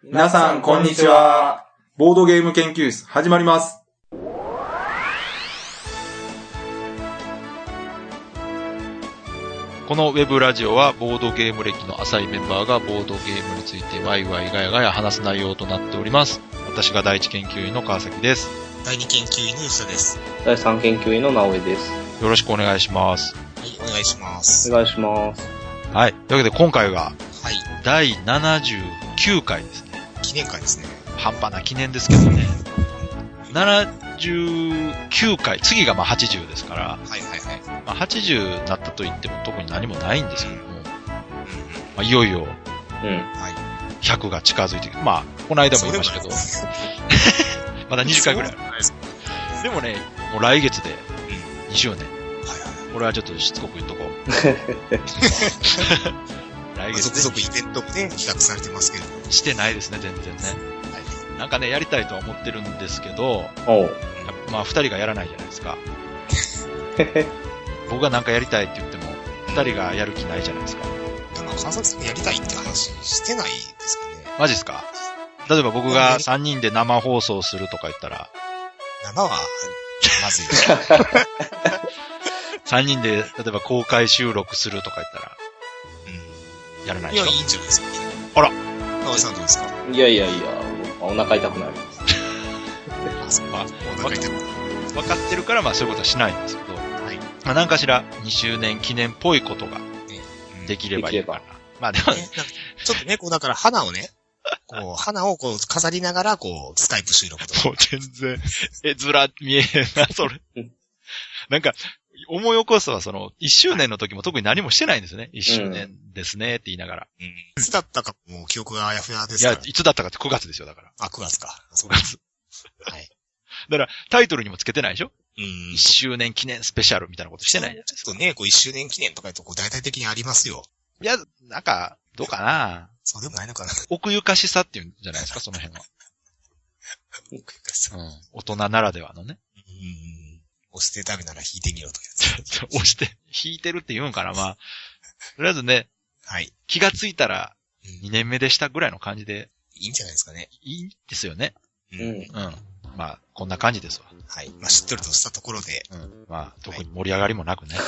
皆さん、こんにちは。ボードゲーム研究室、始まります。 このウェブラジオは、ボードゲーム歴の浅いメンバーがボードゲームについてワイワイガヤガヤ話す内容となっております。私が第一研究員の川崎です。 第二研究員の吉田です。 第三研究員の直江です。 よろしくお願いします。 はい、お願いします。 お願いします。 はい。というわけで今回が、 はい。 第79回ですね。 記念会ですね。 半端な記念ですけどね。79回、次がまあ80ですから、 はいはいはい。 まあ、80になったと言っても特に何もないんですけども、まあ、いよいよ、100が近づいてきて、まあ、この間も言いましたけど、まだ20回ぐらいある。でもね、もう来月で2周年。これはちょっとしつこく言っとこう。来月で。 続々イベントもね、企画されてますけど。 してないですね、全然ね。はい、なんかね、やりたいとは思ってるんですけど、まあ、2人がやらないじゃないですか。僕がなんかやりたいって言っても、2人がやる気ないじゃないですか。 なんか川崎さんやりたいって話してないですかね。 マジっすか？例えば僕が3人で生放送するとか言ったら。 生は、まずい。 3人で、例えば公開収録するとか言ったら。やらないでしょ？ いや、いいんじゃないですか。 あら。 川崎さんどうですか？ いや、お腹痛くなります。 あ、そうか。お腹痛くなる。 分かってるから、まあそういうことはしないんですけど。はい。まあ何かしら2周年記念っぽいことができればいいかな。まあでも、 ちょっとね、こうだから花をね、花を飾りながら、スカイプ収録とか。 もう全然、ずら見えへんな、それ。なんか、思い起こすは1周年の時も特に何もしてないんですよね。1周年ですねって言いながら。 いつだったかもう記憶があやふやですから。 いや、いつだったかって9月ですよ、だから。 あ、9月か。 9月。 はい。 だから、タイトルにもつけてないでしょ？1周年記念スペシャルみたいなことしてないじゃないですか。 ちょっとね、1周年記念とか言うと、大体的にありますよ。 いや、なんか、どうかな？ そうでもないのかな。 奥ゆかしさっていうんじゃないですか、その辺は。 奥ゆかしさ。 大人ならではのね。 押してダメなら引いてみろというやつ。 押して、引いてるって言うんかな、まあ。とりあえずね、 はい。 気がついたら、2年目でしたぐらいの感じで。 いいんじゃないですかね。 いいんですよね。まあ、こんな感じですわ。 はい。まあ、知ってるとしたところで。 まあ、特に盛り上がりもなくね。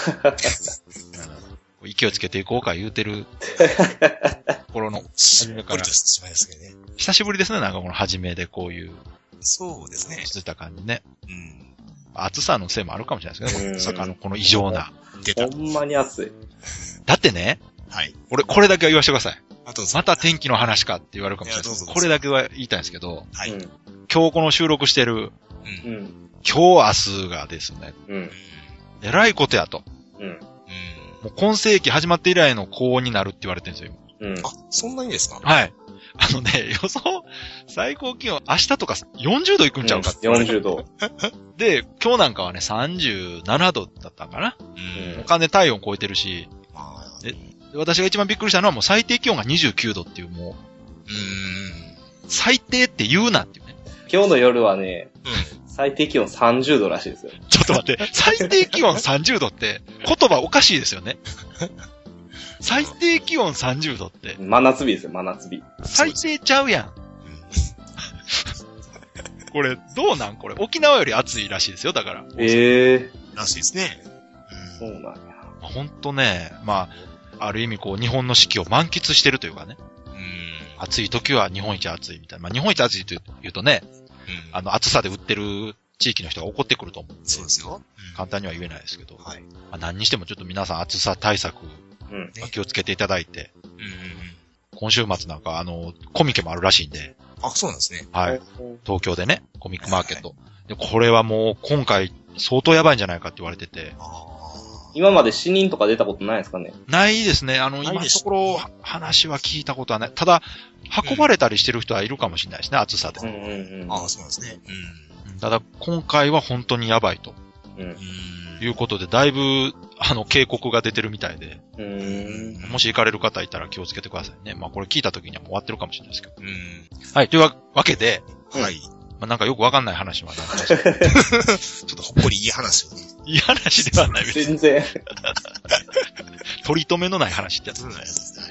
勢いつけていこうか言うてる頃の初めから。久しぶりですね、なんかこの初めでこういう。 そうですね。 落ち着いた感じね。暑さのせいもあるかもしれないですけどね。坂のこの異常な。 ほんまに暑い。 だってね。 はい。 俺、これだけは言わせてください。 あとまた天気の話かって言われるかもしれないです。これだけは言いたいんですけど。 はい。 今日この収録してる。今日明日がですね。えらいことやと。もう今世紀始まって以来の高温になるって言われてるんですよ、 今。あ、そんなにですか？ はい。予想、最高気温、明日とか40度いくんちゃうかって。 40度。 で、今日なんかはね、37度だったんかな。完全体温超えてるし。で、私が一番びっくりしたのはもう最低気温が29度っていうもう。最低って言うなっていうね。 今日の夜はね、最低気温30度らしいですよ。 ちょっと待って、最低気温30度って、言葉おかしいですよね。最低気温30度って。 真夏日ですよ、真夏日。 最低ちゃうやん。これ、どうなんこれ、沖縄より暑いらしいですよ、だから。 らしいですね。 そうなんや。 ほんとね、まあ、ある意味日本の四季を満喫してるというかね。暑い時は日本一暑いみたいな。まあ、日本一暑いと言うとね、暑さで売ってる地域の人が怒ってくると思うんで。 そうですよ。 簡単には言えないですけど。 はい。 まあ、何にしてもちょっと皆さん暑さ対策、気をつけていただいて。今週末なんかコミケもあるらしいんで。 あ、そうなんですね。 はい。東京でね、コミックマーケット。で、これはもう今回相当やばいんじゃないかって言われてて。 今まで死人とか出たことないですかね？ ないですね。今のところ話は聞いたことはない。ただ、運ばれたりしてる人はいるかもしれないですね、暑さで。 ああ、そうなんですね。 ただ、今回は本当にやばいと。いうことで、だいぶ、警告が出てるみたいで。もし行かれる方いたら気をつけてくださいね。まあ、これ聞いた時にはもう終わってるかもしれないですけど。はい。というわけで、 はい。 まあ、なんかよくわかんない話はなりました。 ちょっとほっこりいい話をね。 いい話ではないです。 全然。 取り留めのない話ってやつ。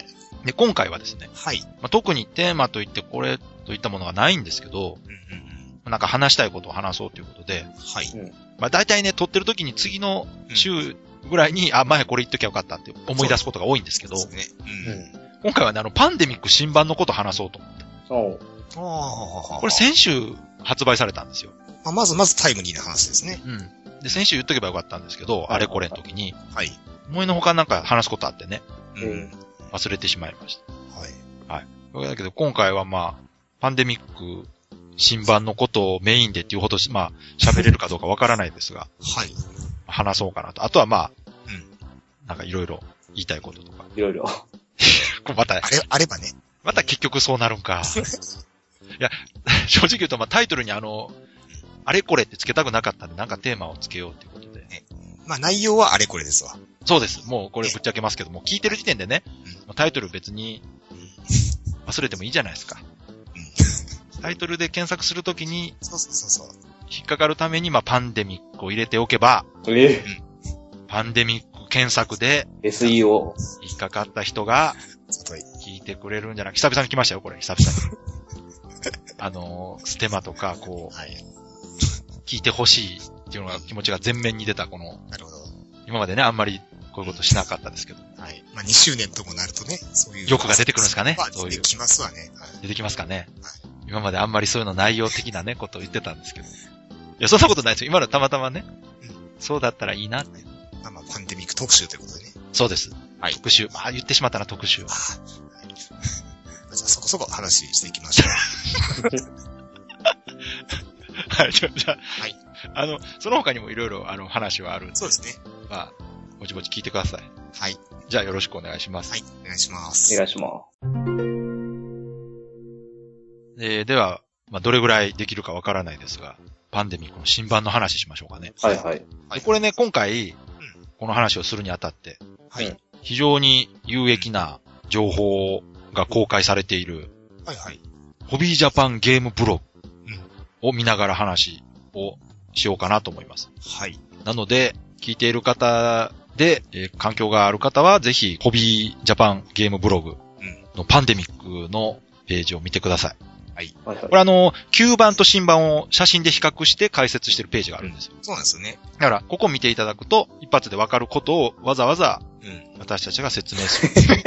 で、今回はですね、 はい。 まあ、特にテーマといってこれといったものがないんですけど、なんか話したいことを話そうということで、 はい。 まあ大体ね、撮ってる時に次の週ぐらいに、前これ言っときゃよかったって思い出すことが多いんですけど、今回はね、パンデミック新版のことを話そうと思って。これ先週発売されたんですよ。 まずタイムリーな話ですね。 で、先週言っとけばよかったんですけど、あれこれの時に、 はい。 思いのほかなんか話すことあってね、忘れてしまいました。 はい。 はい。だけど今回はパンデミック新版のことをメインでっていうほど、喋れるかどうかわからないですが、 はい。 話そうかなと。あとはなんかいろいろ言いたいこととか。 いろいろ。 また、 あればね。 また結局そうなるんか。いや、正直言うとタイトルにあれこれってつけたくなかったんで、なんかテーマをつけようっていうことで。 内容はあれこれですわ。 そうです。もうこれぶっちゃけますけども、聞いてる時点でね、タイトル別に忘れてもいいじゃないですか。タイトルで検索するときに、引っかかるためにパンデミックを入れておけば、パンデミック検索で、 SEO。 引っかかった人が、聞いてくれるんじゃない？久々に来ましたよ、これ、久々に。ステマとか、聞いてほしいっていうのが気持ちが前面に出た、なるほど。今までね、あんまりこういうことしなかったですけど。 はい。2周年ともなるとね、そういう。 欲が出てくるんですかね。 出てきますわね。 出てきますかね。今まであんまりそういうの内容的なね、ことを言ってたんですけど。いや、そんなことないですよ。今のたまたまね。そうだったらいいなって。 パンデミック特集ということでね。 そうです。はい。特集。言ってしまったな、特集。じゃあそこそこ話していきましょう。 はい、じゃあ、はい。その他にもいろいろ話はあるんで。 そうですね。 ぼちぼち聞いてください。 はい。 じゃあよろしくお願いします。 はい、お願いします。 お願いします。 では、どれぐらいできるかわからないですが、パンデミックの新版の話しましょうかね。 はいはい。 これね、今回、この話をするにあたって、 はい。 非常に有益な情報が公開されている、 はいはい。 ホビージャパンゲームブログを見ながら話をしようかなと思います。 はい。 なので、聞いている方で、環境がある方は、ぜひ、ホビージャパンゲームブログのパンデミックのページを見てください。はい。これ旧版と新版を写真で比較して解説してるページがあるんですよ。 そうなんですよね。 だから、ここ見ていただくと、一発でわかることをわざわざ、私たちが説明する。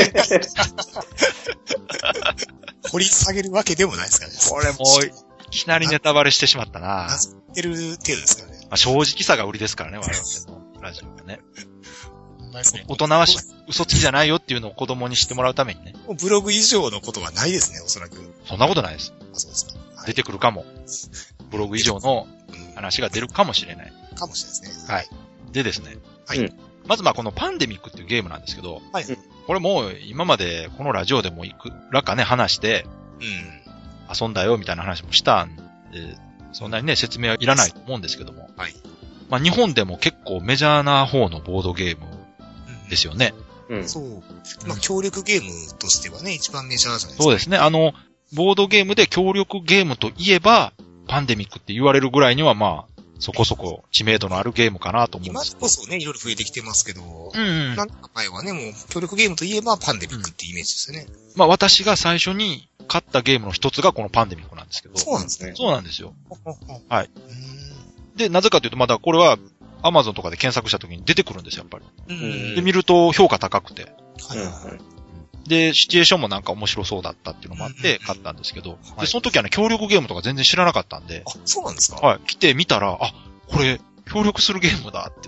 掘り下げるわけでもないですからね。 これもう、いきなりネタバレしてしまったな。 なってる程度ですからね。 正直さが売りですからね、我々のラジオがね。大人は嘘つきじゃないよっていうのを子供に知ってもらうためにね。 ブログ以上のことはないですね、おそらく。 そんなことないです。 そうですか。 出てくるかも。ブログ以上の話が出るかもしれない。 かもしれないですね。はい。でですね。 はい。 まずこのパンデミックっていうゲームなんですけど。 はい。 これもう今までこのラジオでもいくらかね話して、遊んだよみたいな話もしたんで、そんなにね説明はいらないと思うんですけども。 はい。 日本でも結構メジャーな方のボードゲームですよね。 そう。協力ゲームとしてはね、一番メジャーじゃないですか。 そうですね。ボードゲームで協力ゲームといえば、パンデミックって言われるぐらいにはそこそこ知名度のあるゲームかなと思うんです。 今こそね、いろいろ増えてきてますけど、なんか前はね、もう協力ゲームといえばパンデミックってイメージですよね。 私が最初に買ったゲームの一つがこのパンデミックなんですけど。 そうなんですね。 そうなんですよ。はい。で、なぜかというと、まだこれは、アマゾンとかで検索した時に出てくるんですよ、やっぱり。で、見ると評価高くて。で、シチュエーションもなんか面白そうだったっていうのもあって買ったんですけど、で、その時はね、協力ゲームとか全然知らなかったんで。 あ、そうなんですか？ はい。来てみたら、これ、協力するゲームだって。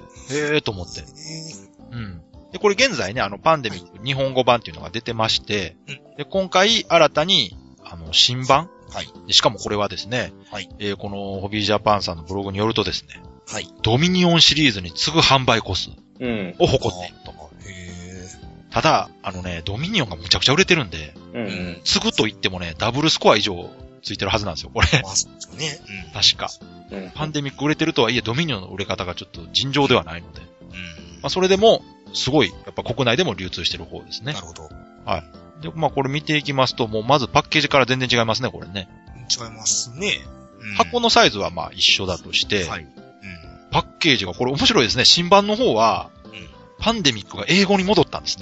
と思って。で、これ現在ね、パンデミック日本語版っていうのが出てまして、で、今回新たに、新版はい。 しかもこれはですね、 はい。 このホビージャパンさんのブログによるとですね、 はい。 ドミニオンシリーズに次ぐ販売個数を誇っていると。ただ、ドミニオンがむちゃくちゃ売れてるんで、継ぐと言ってもね、ダブルスコア以上ついてるはずなんですよ、これ。 そうですね。 確か。パンデミック売れてるとはいえ、ドミニオンの売れ方がちょっと尋常ではないので。それでも、すごい、やっぱ国内でも流通してる方ですね。 なるほど。 はい。で、これ見ていきますと、もうまずパッケージから全然違いますね、これね。 違いますね。 箱のサイズは一緒だとして、パッケージがこれ面白いですね。新版の方は、パンデミックが英語に戻ったんですね。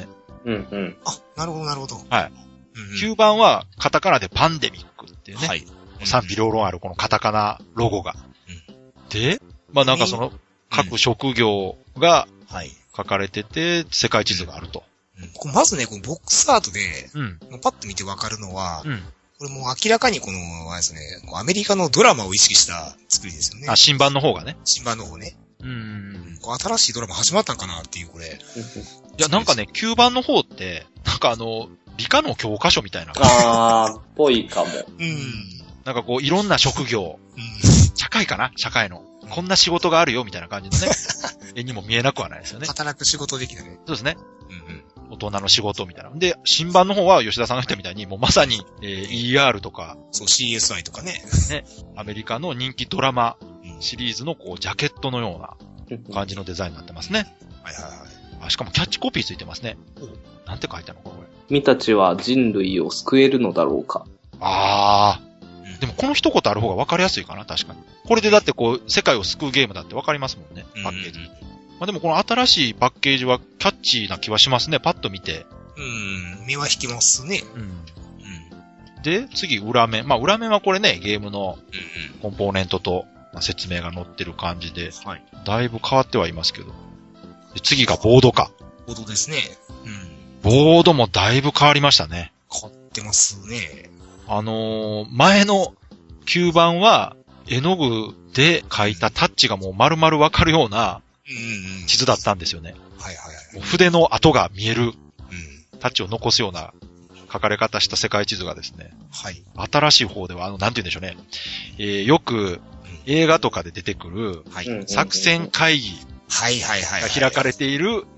うんうん。 あ、なるほどなるほど。 はい。9番はカタカナでパンデミックっていうね。 はい。 賛否両論あるこのカタカナロゴが。で、まあなんかその各職業が書かれてて世界地図があると。 まずね、このボックスアートで、パッと見てわかるのは、これもう明らかにこの、あれですね、アメリカのドラマを意識した作りですよね。 あ、新版の方がね。 新版の方ね。新しいドラマ始まったんかなっていうこれ。いや、なんかね、9番の方って、なんか理科の教科書みたいな。 ぽいかも。 なんかこう、いろんな職業。社会かな社会の。こんな仕事があるよ、みたいな感じのね。絵にも見えなくはないですよね。 働く仕事的なね。 そうですね。大人の仕事みたいな。で、新版の方は吉田さんが言ったみたいに、もうまさに、ER とか。 そう、CSI とかね。 ね。アメリカの人気ドラマシリーズのこう、ジャケットのような感じのデザインになってますね。 はいはいはい。 あ、しかもキャッチコピーついてますね。なんて書いたのこれ。 君たちは人類を救えるのだろうか。 でもこの一言ある方が分かりやすいかな、確かに。これでだってこう、世界を救うゲームだって分かりますもんね、パッケージ。まあでもこの新しいパッケージはキャッチーな気はしますね、パッと見て。 目は引きますね。 で、次、裏面。まあ裏面はこれね、ゲームのコンポーネントと説明が載ってる感じで、だいぶ変わってはいますけど。で次がボードか。 ボードですね。 ボードもだいぶ変わりましたね。 変わってますね。 前の9番は絵の具で描いたタッチがもう丸々わかるような地図だったんですよね。筆の跡が見えるタッチを残すような書かれ方した世界地図がですね。新しい方ではなんて言うんでしょうね。よく映画とかで出てくる作戦会議が開かれている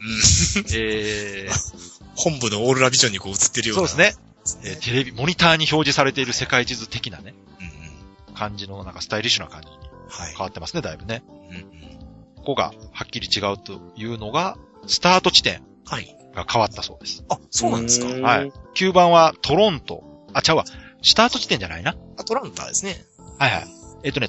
本部のオーロラビジョンにこう映ってるような。 そうですね。テレビ、モニターに表示されている世界地図的なね、感じのなんかスタイリッシュな感じに変わってますね、だいぶね。ここがはっきり違うというのが、スタート地点が変わったそうです。 あ、そうなんですか。 はい。9番はトロント。あ、違うわ。スタート地点じゃないな。 トランタですね。 はいはい。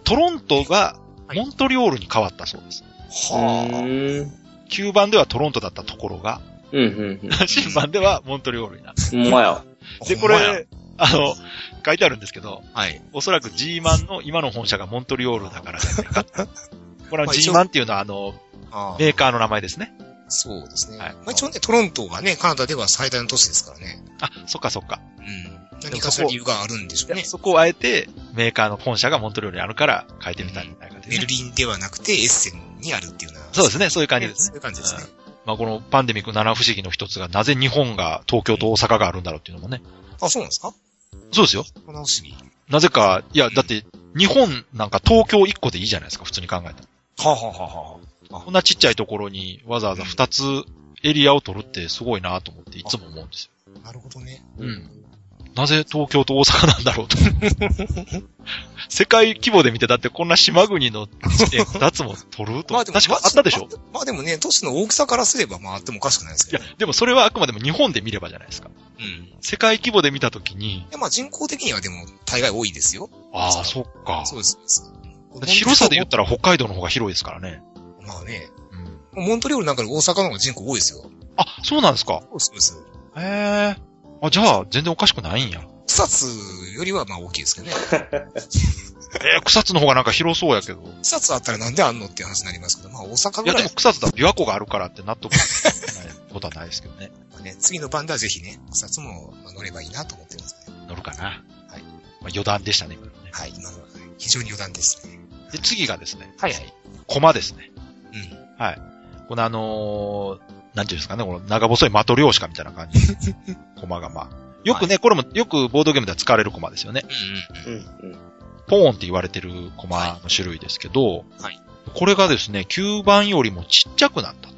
トロントがモントリオールに変わったそうです。9番ではトロントだったところが、新版ではモントリオールになった。 ほんまや。 で、これ、書いてあるんですけど、おそらく G マンの今の本社がモントリオールだからじゃないか。これは G マンっていうのはメーカーの名前ですね。 そうですね。一応ね、トロントがね、カナダでは最大の都市ですからね。 あ、そっかそっか。 何かしら理由があるんでしょうね。 そこをあえて、メーカーの本社がモントリオールにあるから書いてみたんじゃないかですね。 ベルリンではなくてエッセンにあるっていうような。 そうですね、そういう感じですね。 そういう感じですね。 まあこのパンデミック七不思議の一つがなぜ日本が東京と大阪があるんだろうっていうのもね。 あ、そうなんですか？ そうですよ。 七不思議。 なぜか、いや、だって日本なんか東京1個でいいじゃないですか、普通に考えたら。こんなちっちゃいところにわざわざ2つエリアを取るってすごいなと思っていつも思うんですよ。 なるほどね。 なぜ東京と大阪なんだろうと。世界規模で見てだってこんな島国の地点2つも取ると。確かあったでしょ？ まあでもね、都市の大きさからすればまああってもおかしくないですけど。 いや、でもそれはあくまでも日本で見ればじゃないですか。世界規模で見たときに。いやまあ人口的にはでも大概多いですよ。 ああ、そっか。 そうです。 広さで言ったら北海道の方が広いですからね。 まあね。モントリオールなんかで大阪の方が人口多いですよ。 あ、そうなんですか。 そうです。 へえ。あ、じゃあ全然おかしくないんや。 草津よりはまあ大きいですけどね。 草津の方がなんか広そうやけど。 草津あったらなんであんのっていう話になりますけど、まあ大阪ぐらい。 いやでも草津だと琵琶湖があるからって納得ないことはないですけどね。 まあね、次の番ではぜひね、草津も乗ればいいなと思ってますね。 乗るかな。はい。まあ余談でしたね、 はい、今のは非常に余談ですね。 で、次がですね。 はいはい。 コマですね。はい。このなんていうんですかね、この長細い的漁師かみたいな感じ。コマがまあ。よくね、これもよくボードゲームでは使われるコマですよね。ポーンって言われてるコマの種類ですけど、これがですね、9番よりもちっちゃくなったと。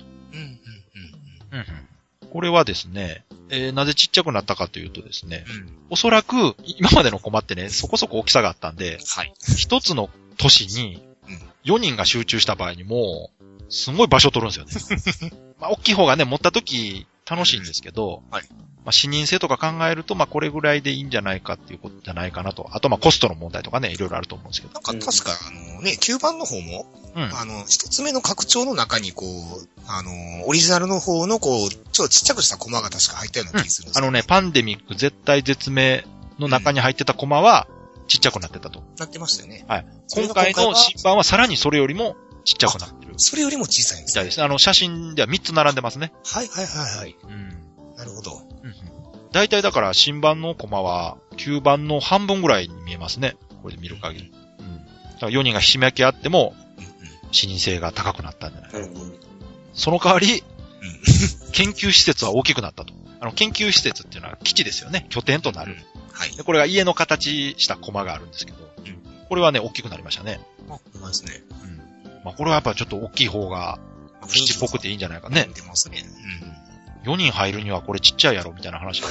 これはですね、なぜちっちゃくなったかというとですね、おそらく今までのコマってね、そこそこ大きさがあったんで、一つの都市に4人が集中した場合にも、すごい場所を取るんですよね。まあ、大きい方がね、持った時楽しいんですけど、 はい。 まあ、視認性とか考えると、まあ、これぐらいでいいんじゃないかっていうことじゃないかなと。あと、まあ、コストの問題とかね、いろいろあると思うんですけど。 なんか確か、9番の方も、一つ目の拡張の中に、こう、オリジナルの方の、こう、ちょっとちっちゃくしたコマが確か入ったような気がするんですよ、 パンデミック絶対絶命の中に入ってたコマは、ちっちゃくなってたと。 なってましたよね。 はい。今回の新版はさらにそれよりもちっちゃくなってる。 それよりも小さいんですね。 みたいです。写真では3つ並んでますね。 はいはいはいはい。なるほど。 大体だから新版のコマは9番の半分ぐらいに見えますね。これで見る限り。だから4人がひしめき合っても、視認性が高くなったんじゃないかな。その代わり、研究施設は大きくなったと。研究施設っていうのは基地ですよね。拠点となる。 はい。 で、これが家の形したコマがあるんですけど、これはね、大きくなりましたね。 あ、うまいですね。 まあ、これはやっぱちょっと大きい方が、基地っぽくていいんじゃないかね。 出ますね。 4人入るにはこれちっちゃいやろ、みたいな話。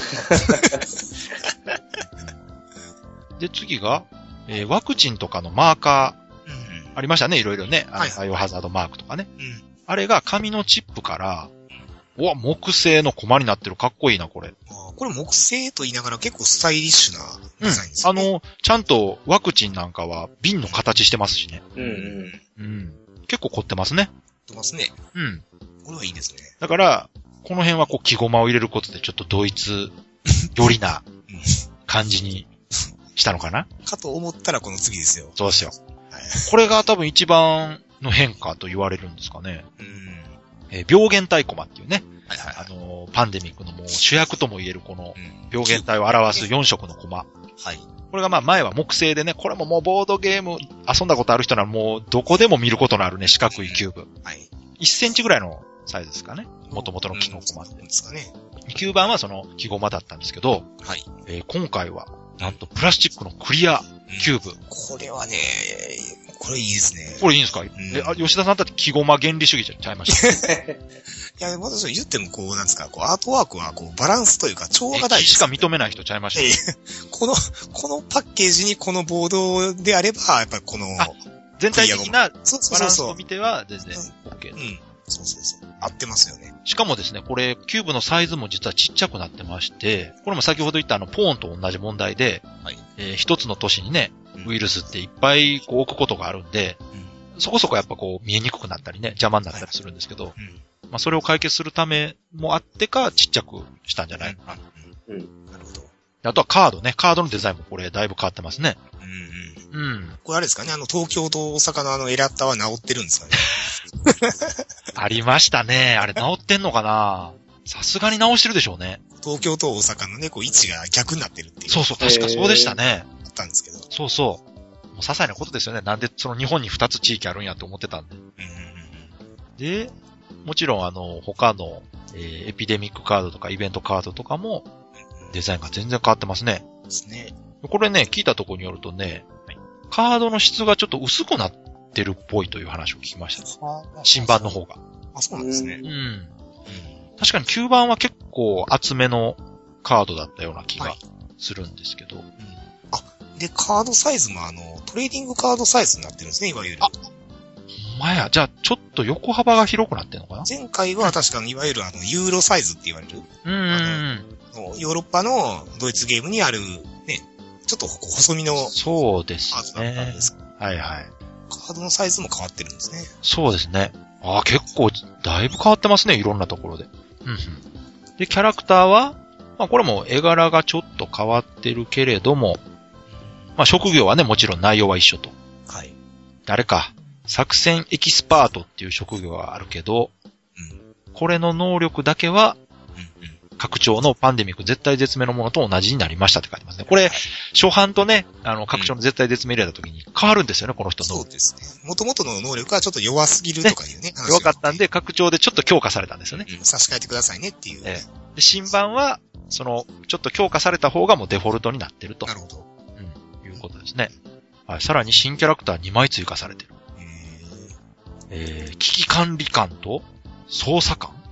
で、次が、ワクチンとかのマーカー、ありましたね、いろいろね。バイオハザードマークとかね。あれが紙のチップから、木製のコマになってる。かっこいいな、これ。 これ木製と言いながら結構スタイリッシュなデザインですね。 ちゃんとワクチンなんかは瓶の形してますしね。結構凝ってますね。 凝ってますね。これはいいですね。 だから、この辺はこう、木ゴマを入れることでちょっとドイツ寄りな感じにしたのかなかと思ったらこの次ですよ。 そうですよ。これが多分一番の変化と言われるんですかね。病原体コマっていうね。パンデミックのもう主役とも言えるこの病原体を表す4色のコマ。 はい。 これがまあ前は木製でね、これももうボードゲーム遊んだことある人ならもうどこでも見ることのあるね、四角いキューブ。 はい。 1センチぐらいのサイズですかね。元々の木のコマって。 ですかね。 9番はその木ゴマだったんですけど、 はい。 今回はなんとプラスチックのクリアキューブ。 これはね、これいいですね。 これいいんですか、吉田さんだって木ゴマ原理主義じゃちゃいましたいや、私は言ってもこう、なんですか、こう、アートワークはこう、バランスというか、調和が大事、 しか認めない人ちゃいましたこのパッケージにこのボードであれば、やっぱりこの、 全体的なバランスを見ては全然 OK です。 そう。合ってますよね。 しかもですね、これ、キューブのサイズも実はちっちゃくなってまして、これも先ほど言ったポーンと同じ問題で、一つの都市にね、ウイルスっていっぱいこう置くことがあるんで、そこそこやっぱこう見えにくくなったりね、邪魔になったりするんですけど、まあそれを解決するためもあってかちっちゃくしたんじゃないかな。 なるほど。 あとはカードね、カードのデザインもこれだいぶ変わってますね。 これあれですかね、東京と大阪のエラッタは治ってるんですかね。 ありましたね。あれ治ってんのかな。さすがに直してるでしょうね。 東京と大阪のね、こう位置が逆になってるっていう。 そう、確かそうでしたね。 あったんですけど。 そう。もう些細なことですよね。なんでその日本に2つ地域あるんやって思ってたんで。で、もちろん他の、エピデミックカードとかイベントカードとかも、デザインが全然変わってますね。 ですね。 これね、聞いたところによるとね、カードの質がちょっと薄くなってるっぽいという話を聞きました。新版の方が。 あ、そうなんですね。 確かに9番は結構厚めのカードだったような気がするんですけど。 で、カードサイズもトレーディングカードサイズになってるんですね、いわゆる。 ほんまや、じゃあちょっと横幅が広くなってるのかな？ 前回は確かにいわゆるユーロサイズって言われる。ヨーロッパのドイツゲームにある、ね、ちょっと細身のそうですね。はい。 カードのサイズも変わってるんですね。 そうですね。結構、だいぶ変わってますね、いろんなところで。で、キャラクターは、まあこれも絵柄がちょっと変わってるけれども、まあ職業はね、もちろん内容は一緒と。 はい。 誰か、作戦エキスパートっていう職業があるけど、これの能力だけは、拡張のパンデミック絶対絶命のものと同じになりましたって書いてますね。これ、初版とね、拡張の絶対絶命入れた時に変わるんですよね、この人の。 そうですね。元々の能力はちょっと弱すぎるとかいうね。 弱かったんで、拡張でちょっと強化されたんですよね。 差し替えてくださいねっていう。 で、新版は、ちょっと強化された方がもうデフォルトになってると。 なるほど。 いうことですね。はい、さらに新キャラクター2枚追加されてる。危機管理官と捜査官？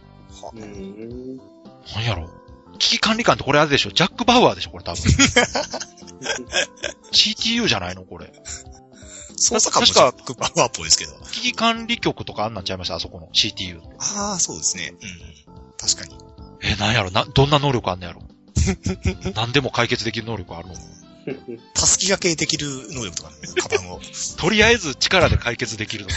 何やろ？危機管理官ってこれあれでしょ？ジャック・バウアーでしょこれ多分。CTU じゃないのこれ。 捜査官もジャック・バウアーっぽいですけど。 危機管理局とかあんなんちゃいましたあそこの CTU。 ああ、そうですね。確かに。 なんやろどんな能力あんのやろ何でも解決できる能力あるのたすき掛けできる能力とかね、カバンを。 とりあえず力で解決できるの。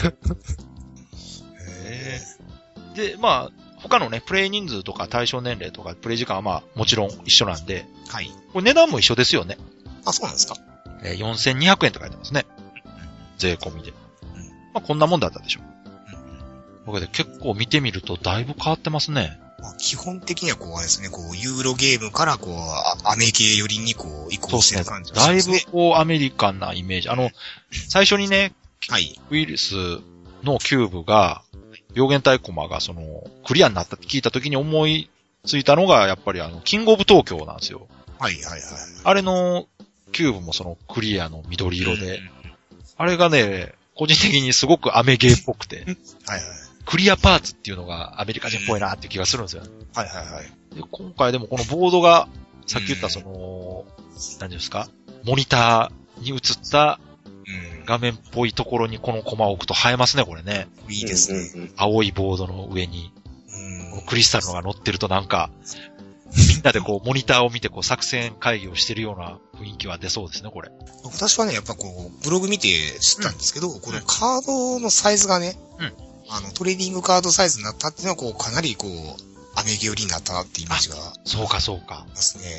で、まあ、他のね、プレイ人数とか対象年齢とかプレイ時間はまあ、もちろん一緒なんで、 はい。 これ値段も一緒ですよね。 あ、そうなんですか。 4200円と書いてますね。税込みで。まあ、こんなもんだったでしょ。僕で結構見てみるとだいぶ変わってますね。 まあ、基本的にはこう、あれですね、こう、ユーロゲームからこう、アメ系寄りにこう、移行してる感じがしますね。 だいぶこう、アメリカンなイメージ。最初にね、 はい。 ウイルスのキューブが、病原体コマがクリアになったって聞いた時に思いついたのが、やっぱりキングオブ東京なんですよ。 はいはいはい。 あれのキューブもクリアの緑色で、あれがね、個人的にすごくアメゲーっぽくて、 はいはい。 クリアパーツっていうのがアメリカ人っぽいなっていう気がするんですよ。 はいはいはい。 で今回でもこのボードが、さっき言った何ですかモニターに映った画面っぽいところにこのコマを置くと映えますね、これね。 いいですね。 青いボードの上に、このクリスタルのが乗ってるとなんか、みんなでこう、モニターを見てこう、作戦会議をしてるような雰囲気は出そうですね、これ。 私はね、やっぱこう、ブログ見て知ったんですけど、このカードのサイズがね、トレーディングカードサイズになったっていうのは、こう、かなりこう、アメゲ寄りになったなってイメージが。 そうか、そうか。 ますね。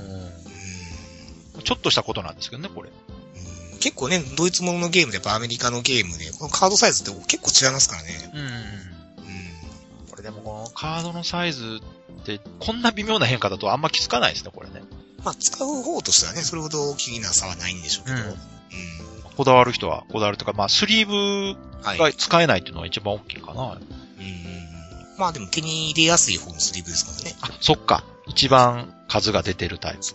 ちょっとしたことなんですけどね、これ。 結構ね、ドイツもののゲームでやっぱアメリカのゲームで、このカードサイズって結構違いますからね。 これでもこのカードのサイズって、こんな微妙な変化だとあんま気づかないですね、これね。 まあ、使う方としてはね、それほど大きな差はないんでしょうけど。 こだわる人はこだわるとか、まあ、スリーブが使えないっていうのは一番大きいかな。 まあでも手に入れやすい方のスリーブですからね。 あ、そっか。一番数が出てるタイプ。 そう。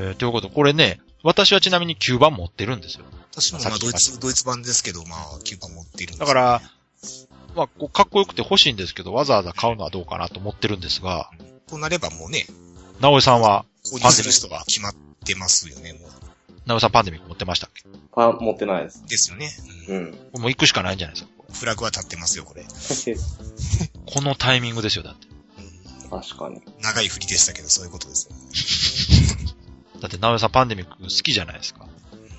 ということで、これね、私はちなみに9番持ってるんですよ。 私もまあドイツ版ですけど、まあ9番持っているんです。 だから、まあ、かっこよくて欲しいんですけど、わざわざ買うのはどうかなと思ってるんですが。 となればもうね、 直江さんは、 購入する人が決まってますよね、もう。 直江さんパンデミック持ってましたっけ？ 持ってないです。 ですよね。 もう行くしかないんじゃないですか。 フラグは立ってますよ、これ。 このタイミングですよ、だって。 確かに。 長い振りでしたけど、そういうことですよ。 だって、直江さんパンデミック好きじゃないですか。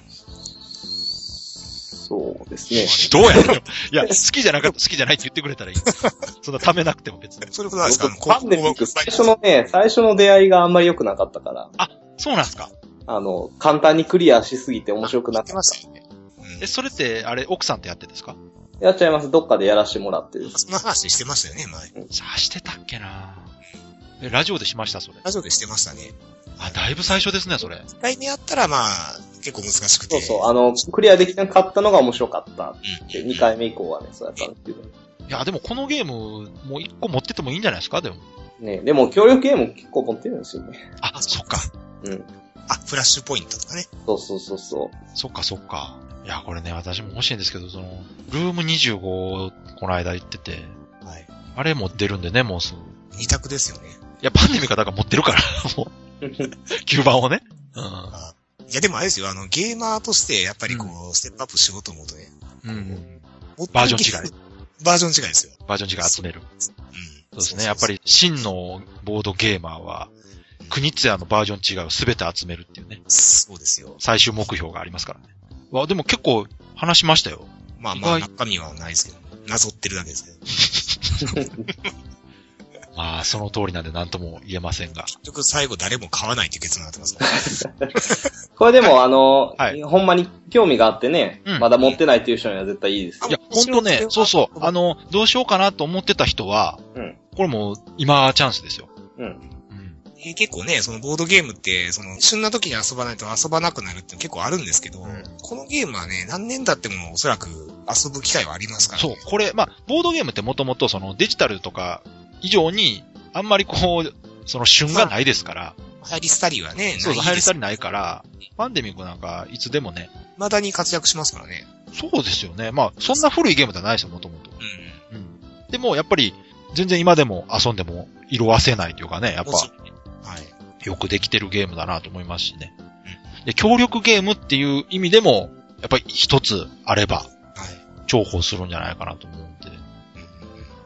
そうですね。 どうやろいや、好きじゃなかった、好きじゃないって言ってくれたらいい。そんな貯めなくても別に。 それことなんですか？ パンデミック最初の出会いがあんまり良くなかったから。 あ、そうなんですか？ 簡単にクリアしすぎて面白くなかった。 それって、あれ、奥さんとやってですか？ やっちゃいます。どっかでやらしてもらってる。 そんな話してましたよね、前。 さあ、してたっけなラジオでしました、それ。 ラジオでしてましたね。 あ、だいぶ最初ですね、それ。 1回目やったら、まあ、結構難しくて。 そう、クリアできなかったのが面白かったって、2回目以降はね、そうやったんですけど。 いや、でもこのゲーム、もう1個持っててもいいんじゃないですか、でも。 ね、でも協力ゲーム結構持ってるんですよね。 あ、そっか。 フラッシュポイントとかね。 そう。 そっか。いや、これね、私も欲しいんですけど、ルーム25、この間行ってて、はい。あれ持ってるんでね、もうすぐ。 2択ですよね。 いや、パンデミックだから持ってるから、もう。9番をね。 いや、でもあれですよ、ゲーマーとして、やっぱりこう、ステップアップしようと思うとね。 バージョン違い。 バージョン違いですよ。 バージョン違い集める。そうですね。やっぱり、真のボードゲーマーは、クニッツヤのバージョン違いをすべて集めるっていうね。 そうですよ。 最終目標がありますからね。でも結構話しましたよ。 まあ、中身はないですけど、なぞってるだけですけど。 まあ、その通りなんで何とも言えませんが。 結局最後誰も買わないという結論になってますもんね。 これでもほんまに興味があってね、まだ持ってないっていう人には絶対いいですよ。 いや、ほんとね、そう。どうしようかなと思ってた人は、これもう今チャンスですよ。 結構ね、そのボードゲームって、旬な時に遊ばないと遊ばなくなるって結構あるんですけど、このゲームはね、何年経ってもおそらく遊ぶ機会はありますからね。 そう、これ、まあ、ボードゲームってもともとデジタルとか以上に、あんまり旬がないですから。 流行り廃りはね、 そう、流行り廃りないから、パンデミックなんかいつでもね。 未だに活躍しますからね。 そうですよね。まあ、そんな古いゲームじゃないですよ、もともと。でも、やっぱり、全然今でも遊んでも色褪せないというかね、やっぱ。よくできてるゲームだなと思いますしね。で、協力ゲームっていう意味でも、やっぱり一つあれば、重宝するんじゃないかなと思うんで。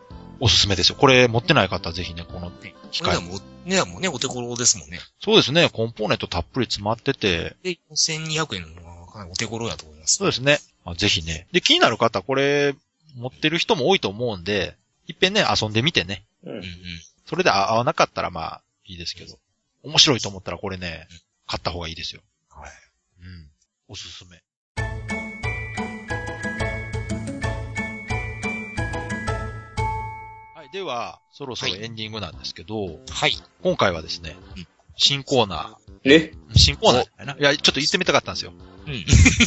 おすすめですよ。これ持ってない方はぜひね、この機械。 値段もね、お手頃ですもんね。 そうですね。コンポーネントたっぷり詰まってて。 で、4200円はかなりお手頃だと思います。 そうですね。ぜひね。で、気になる方、これ、持ってる人も多いと思うんで、いっぺんね、遊んでみてね。 うんうん。 それで合わなかったらまあ、いいですけど。面白いと思ったらこれね、買った方がいいですよ。 はい。 うん。おすすめ。はい。では、そろそろエンディングなんですけど、 はい。 今回はですね、新コーナー。 新コーナーじゃないな。いや、ちょっと言ってみたかったんですよ。 うん。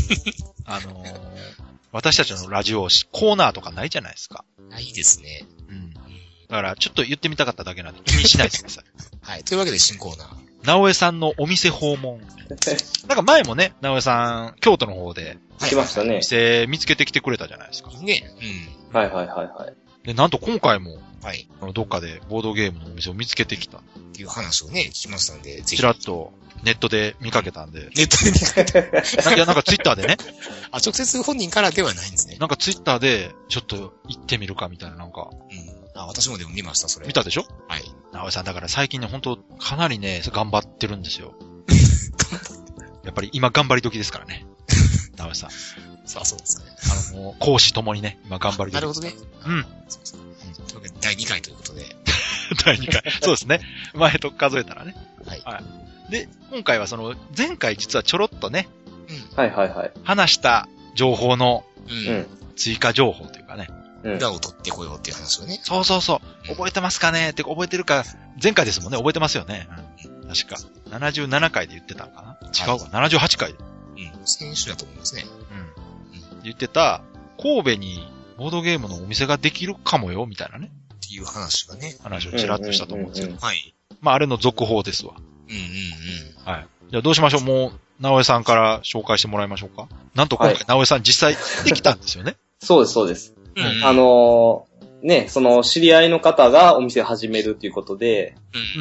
私たちのラジオコーナーとかないじゃないですか。 ないですね。 うん。だから、ちょっと言ってみたかっただけなんで気にしないでください。 はい。というわけで新コーナー。 直江さんのお店訪問。なんか前もね、直江さん、京都の方で。 行きましたね。 店見つけてきてくれたじゃないですか。 ね。 うん。はいはいはいはい。 で、なんと今回も、 はい。 どっかでボードゲームのお店を見つけてきた。 っていう話をね、聞きましたんで、ぜひ。 ちらっとネットで見かけたんで。 ネットで見かけた。 いや、なんかツイッターでね。 直接本人からではないんですね。 なんかツイッターで、ちょっと行ってみるかみたいな、なんか。 私もでも見ました、それ。 見たでしょ？ はい。 直江さん、だから最近ね、本当かなりね、頑張ってるんですよ。やっぱり今頑張り時ですからね。直江さん。 そうですね。 講師ともにね、今頑張り時。 なるほどね。 うん。 そう。というわけで、第2回ということで。 第2回。そうですね。前と数えたらね。 はい。 はい。で、今回は前回実はちょろっとね。 うん。はいはいはい。 話した情報の、追加情報というかね。 裏を取ってこようっていう話をね。 そう。覚えてますかねって覚えてるか、前回ですもんね。覚えてますよね。うん。確か。77回で言ってたのかな、違うか。78回で。 先週だと思いますね。 言ってた、神戸にボードゲームのお店ができるかもよ、みたいなね。 っていう話がね。 話をちらっとしたと思うんですけど。 はい。 まあ、あれの続報ですわ。はい。じゃあどうしましょう。もう、直江さんから紹介してもらいましょうか。なんと今回、直江さん実際できたんですよね。 そうです。ね、知り合いの方がお店を始めるっていうことで、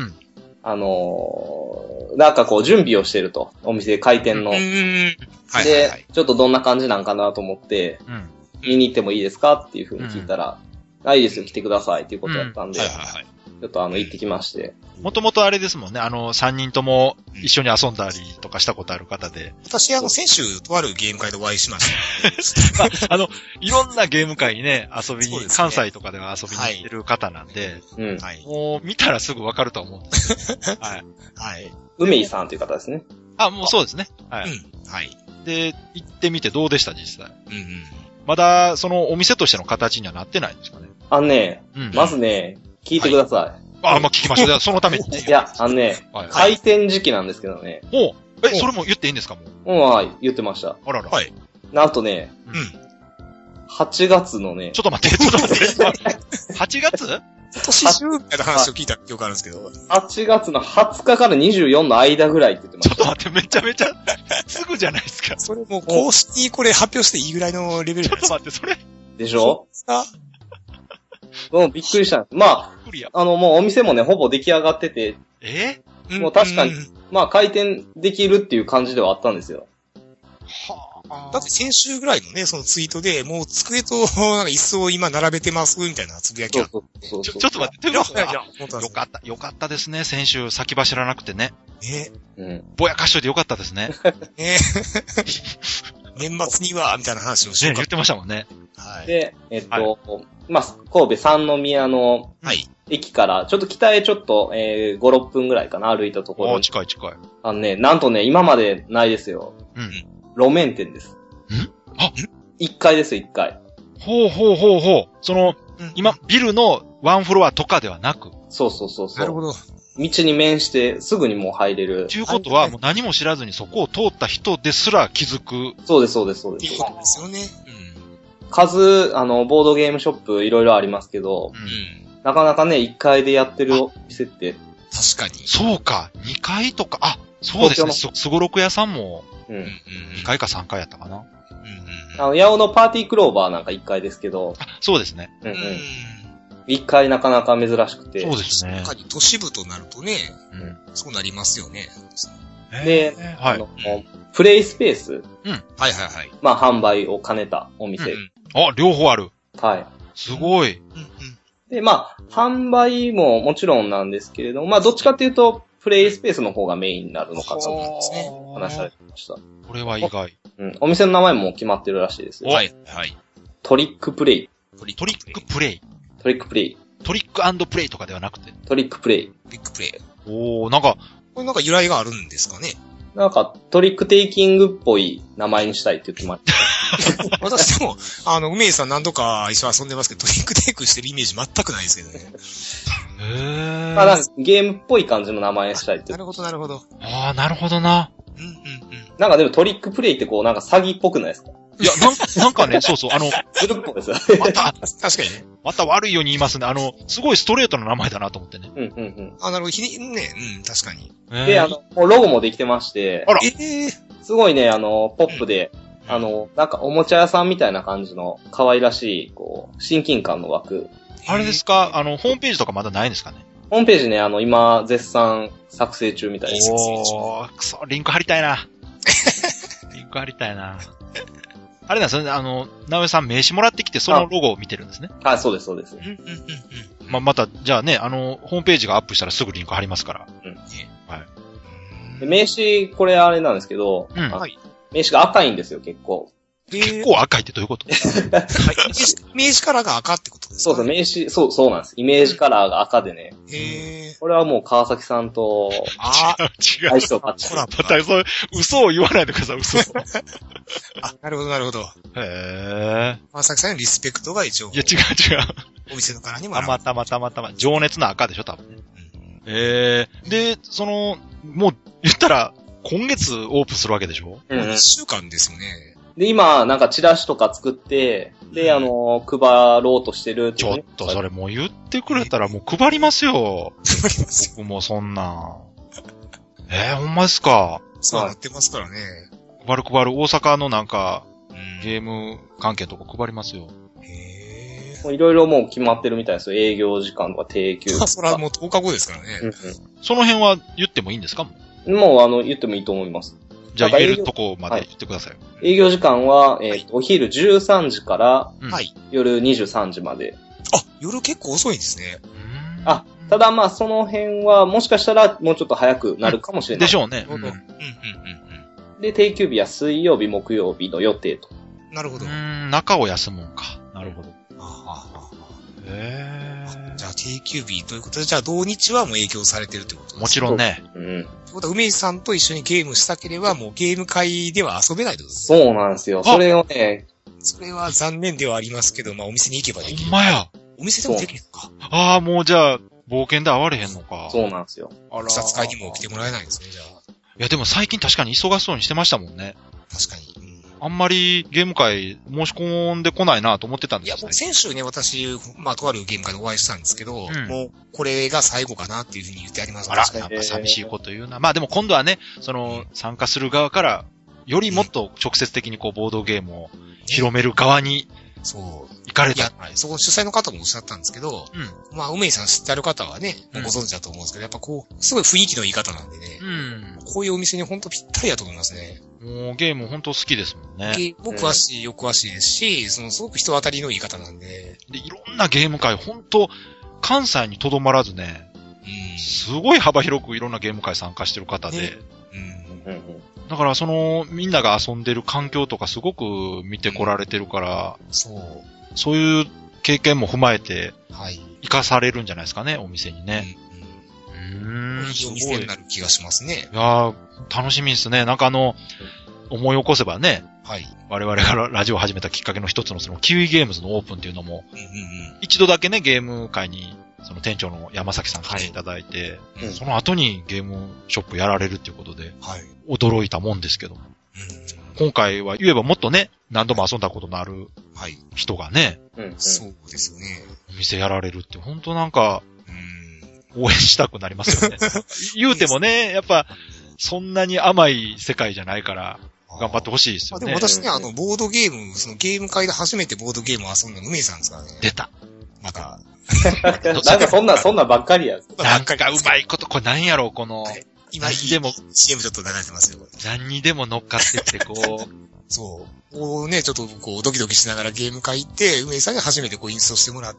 なんか準備をしてると。お店開店の。で、ちょっとどんな感じなんかなと思って、見に行ってもいいですかっていう風に聞いたら、いいですよ、来てくださいっていうことだったんで、ちょっと行ってきまして。 もともとあれですもんね、3人とも一緒に遊んだりとかしたことある方で。 私、先週、とあるゲーム会でお会いしました。 いろんなゲーム会にね、遊びに、関西とかでは遊びに行ってる方なんで、もう見たらすぐわかると思うんですよ。はい。 はい。 梅井さんという方ですね。 もうそうですね。はい。 はい。 で、行ってみてどうでした、実際。まだ、お店としての形にはなってないんですかね。 まずね、聞いてください。 まあ聞きましょう。そのために。 いや、開店時期なんですけどね。 それも言っていいんですか、もう。 はい、言ってました。 あらら。はい。 なんとね、8月のね。 ちょっと待って。8月？ 年中みたいな話を聞いた記憶あるんですけど。 8月の20日から24の間ぐらいって言ってました。 ちょっと待って、めちゃめちゃ、すぐじゃないですか。 それもう公式にこれ発表していいぐらいのレベルちょっと待って、それ。 でしょ？びっくりしたんです。まあ、もうお店もね、ほぼ出来上がってて。もう確かに、まあ開店できるっていう感じではあったんですよ。 だって先週ぐらいのね、そのツイートで、もう机となんか椅子を今並べてますみたいなつぶやきが。 ちょっと待って、よかったですね、先週先走らなくてね。ぼやかしといてよかったですね。 年末には、みたいな話をして言ってましたもんね。 はい。で、まあ、神戸三宮の、駅から、ちょっと北へちょっと、5、6分ぐらいかな、歩いたところ。 近い。 なんとね、今までないですよ。路面店です。1階ですよ、1階。 ほう。今、ビルのワンフロアとかではなく。 そう。 なるほど。 道に面して、すぐにもう入れる。 ということは、もう何も知らずにそこを通った人ですら気づく。 そうです。 いいことですよね。 ボードゲームショップいろいろありますけど、なかなかね、1階でやってるお店って。 確かに。 そうか、2階とか、そうですね、すごろく屋さんも、2階か3階やったかな。 八尾のパーティークローバーなんか1階ですけど。 そうですね。 1階なかなか珍しくて。 そうですね。 都市部となるとね、そうなりますよね。 で、プレイスペース。 はい。 まあ、販売を兼ねたお店。 両方ある。 はい。 すごい。 で、まあ、販売ももちろんなんですけれども、まあ、どっちかっていうと、プレイスペースの方がメインになるのかと思うんですね。話されてました。 これは意外。 うん。お店の名前も決まってるらしいですよ。 はい。はい。 トリックプレイ。 トリックプレイ。 トリックプレイ。 トリック&プレイとかではなくて。 トリックプレイ。 トリックプレイ。 おー、なんか、 これなんか由来があるんですかね。 なんか、トリックテイキングっぽい名前にしたいって言ってました。 私でも、梅井さん何度か一緒に遊んでますけど、トリックテイクしてるイメージ全くないですけどね。 まあ、なんかゲームっぽい感じの名前にしたいって。 なるほど、なるほど。 ああ、なるほどな。 うんうんうん。 なんかでもトリックプレイってこう、なんか詐欺っぽくないですか？ いや、なんかね、そうそう、 ずるっぽいですよ。 また、確かにね。 また悪いように言いますね。すごいストレートな名前だなと思ってね。 うんうんうん。 なるほど、確かに。 で、もうロゴもできてまして、 あら。 すごいね、ポップで、なんかおもちゃ屋さんみたいな感じの可愛らしい、こう、親近感の湧く。 あれですか？ホームページとかまだないんですかね？ ホームページね、今、絶賛作成中みたいです。 おー、くそ、リンク貼りたいな。リンク貼りたいな。あれなんですよね、直江さん名刺もらってきて、そのロゴを見てるんですね。 はい、そうです、そうです。 また、じゃあね、ホームページがアップしたらすぐリンク貼りますから。うん。 はい。で名刺、これあれなんですけど、 うん。はい。 名刺が赤いんですよ、結構。 結構赤いってどういうこと？ イメージカラーが赤ってことですか？ そうそう、名刺、そうなんです。イメージカラーが赤でね。 これはもう川崎さんと、 違う。 相性バッチリ。 またそういう嘘を言わないでください、嘘。 なるほど、なるほど。 へ川崎さんのリスペクトが一応。 いや、違う。 お店のからにもたまたま。情熱の赤でしょ、多分ね。で、もう、言ったら、今月オープンするわけでしょ？ うん。1週間ですよね。 で、今、なんかチラシとか作って、で、配ろうとしてるってちょっとそれもう言ってくれたらもう配りますよ。僕もそんな。ほんまですか？ そうなってますからね。 配る。大阪のなんか、ゲーム関係とか配りますよ。 いろいろもう決まってるみたいですよ。営業時間とか定休とか。 それはもう10日後ですからね。 その辺は言ってもいいんですか？ もう言ってもいいと思います。 じゃあ言えるとこまで言ってください。 営業時間は、お昼13時から、夜23時まで。 夜結構遅いんですね。 ただまあその辺はもしかしたらもうちょっと早くなるかもしれない。 でしょうね。 で、定休日は水曜日、木曜日の予定と。 なるほど。 中を休むんか。なるほど。 じゃあ定休日ということで、じゃあ同日はもう影響されてるってことですか？ もちろんね。 ということは、梅井さんと一緒にゲームしたければ、もうゲーム会では遊べないってことですね。そうなんですよ。それをね。 それは残念ではありますけど、まあお店に行けばできる。 ほんまや。 お店でもできるのか。 もうじゃあ、冒険で会われへんのか。 そうなんですよ。 草使いにも来てもらえないんですね、じゃあ。 いやでも最近確かに忙しそうにしてましたもんね。 確かに。 あんまりゲーム会申し込んでこないなと思ってたんですよ。 いや、もう先週ね、私、とあるゲーム会でお会いしたんですけど、もう、これが最後かなっていうふうに言ってあります。 なんか寂しいこと言うな。でも今度はね、参加する側から、よりもっと直接的にボードゲームを広める側に、行かれた。 そこ主催の方もおっしゃったんですけど、梅井さん知ってある方はね、ご存知だと思うんですけど、やっぱすごい雰囲気のいい方なんでね、こういうお店に本当ぴったりだと思いますね。 もうゲーム本当好きですもんね。 僕詳しいですし、すごく人当たりのいい方なんで。 で、いろんなゲーム会、本当関西にとどまらずね、すごい幅広くいろんなゲーム会参加してる方で、だからみんなが遊んでる環境とかすごく見てこられてるから、そういう経験も踏まえて、活かされるんじゃないですかね、お店にね。 いいお店になる気がしますね。 いやー、楽しみですね。なんか思い起こせばね、我々がラジオを始めたきっかけの一つのキウイゲームズのオープンっていうのも、一度だけね、ゲーム会に、店長の山崎さん来ていただいて、その後にゲームショップやられるっていうことで、驚いたもんですけども。今回は言えばもっとね、何度も遊んだことのある人がね、 そうですよね。 お店やられるって本当なんか、応援したくなりますよね。言うてもね、やっぱ、そんなに甘い世界じゃないから、頑張ってほしいですよね。 でも私ね、ボードゲーム、ゲーム会で初めてボードゲームを遊んだの梅井さんですからね。 出た。 また。 なんかそんなばっかりや。 なんかうまいこと、これ何やろう、 今、CM ちょっと流れてますよ。 何にでも乗っかってってこう。 そう。こうね、ちょっとこう、ドキドキしながらゲーム会行って、梅井さんが初めてこうインストしてもらって、